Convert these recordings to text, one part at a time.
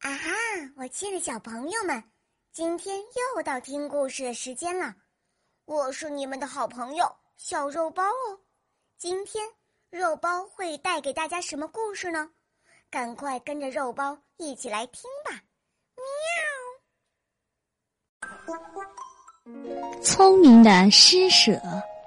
啊哈，我亲爱的小朋友们，今天又到听故事的时间了。我是你们的好朋友小肉包哦。今天肉包会带给大家什么故事呢？赶快跟着肉包一起来听吧。 喵！聪明的施舍。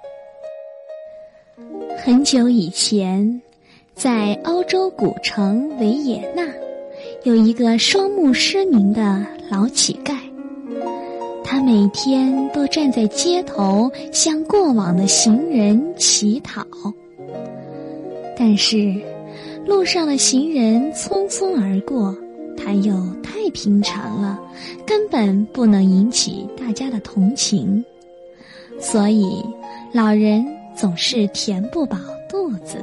很久以前，在欧洲古城维也纳，有一个双目失明的老乞丐。他每天都站在街头向过往的行人乞讨，但是路上的行人匆匆而过，他又太平常了，根本不能引起大家的同情，所以老人总是填不饱肚子。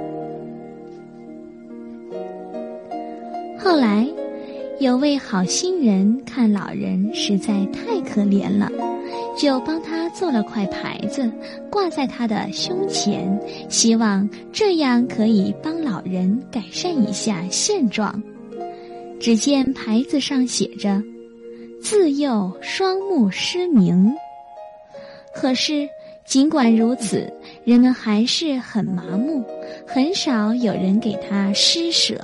后来有位好心人看老人实在太可怜了，就帮他做了块牌子挂在他的胸前，希望这样可以帮老人改善一下现状。只见牌子上写着自幼双目失明。可是尽管如此，人们还是很麻木，很少有人给他施舍。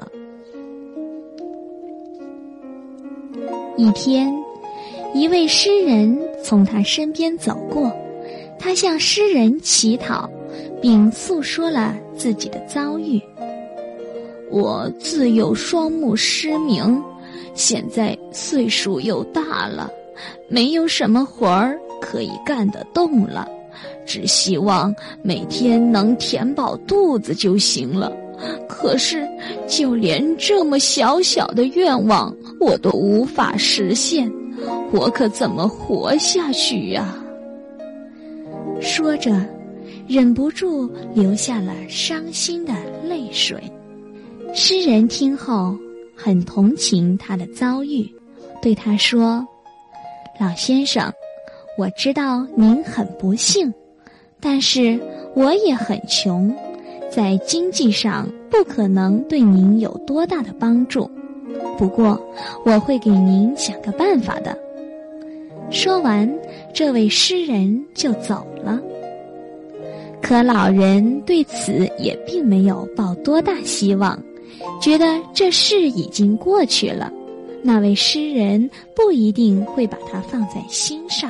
一天，一位诗人从他身边走过，他向诗人乞讨，并诉说了自己的遭遇。我自幼双目失明，现在岁数又大了，没有什么活儿可以干得动了，只希望每天能填饱肚子就行了。可是就连这么小小的愿望我都无法实现，我可怎么活下去呀？说着忍不住流下了伤心的泪水。诗人听后很同情他的遭遇，对他说：老先生，我知道您很不幸，但是我也很穷，在经济上不可能对您有多大的帮助，不过我会给您想个办法的。说完，这位诗人就走了。可老人对此也并没有抱多大希望，觉得这事已经过去了，那位诗人不一定会把它放在心上。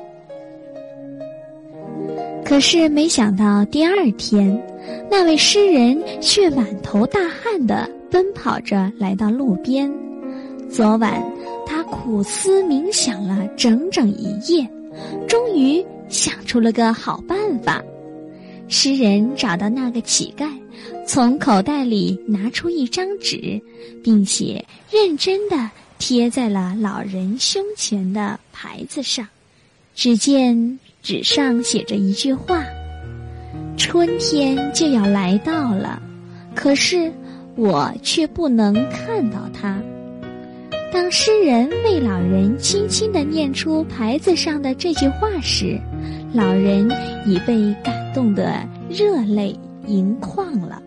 可是没想到第二天，那位诗人却满头大汗地奔跑着来到路边。昨晚他苦思冥想了整整一夜，终于想出了个好办法。诗人找到那个乞丐，从口袋里拿出一张纸，并且认真地贴在了老人胸前的牌子上。只见纸上写着一句话：春天就要来到了，可是我却不能看到它。当诗人为老人轻轻地念出牌子上的这句话时，老人已被感动得热泪盈眶了。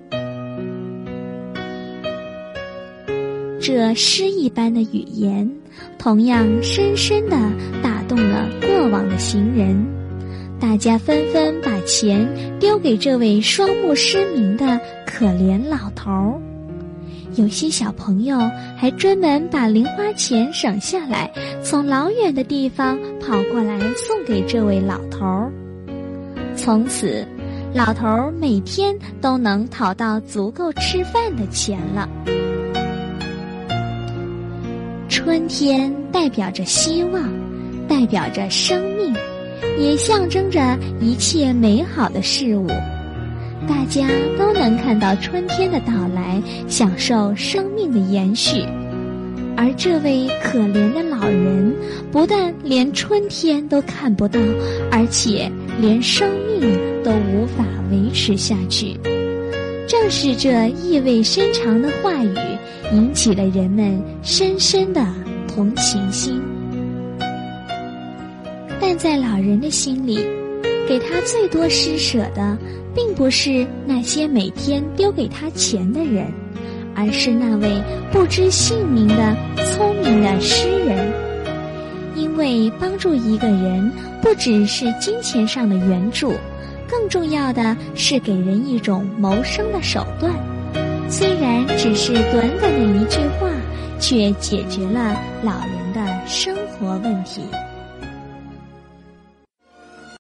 这诗一般的语言同样深深地打动了过往的行人，大家纷纷把钱丢给这位双目失明的可怜老头儿。有些小朋友还专门把零花钱省下来，从老远的地方跑过来送给这位老头儿。从此，老头儿每天都能讨到足够吃饭的钱了。春天代表着希望，代表着生命，也象征着一切美好的事物。大家都能看到春天的到来，享受生命的延续。而这位可怜的老人不但连春天都看不到，而且连生命都无法维持下去。正是这意味深长的话语引起了人们深深的同情心。但在老人的心里，给他最多施舍的并不是那些每天丢给他钱的人，而是那位不知姓名的聪明的诗人。因为帮助一个人不只是金钱上的援助，更重要的是给人一种谋生的手段。虽然只是短短的一句话，却解决了老人的生活问题。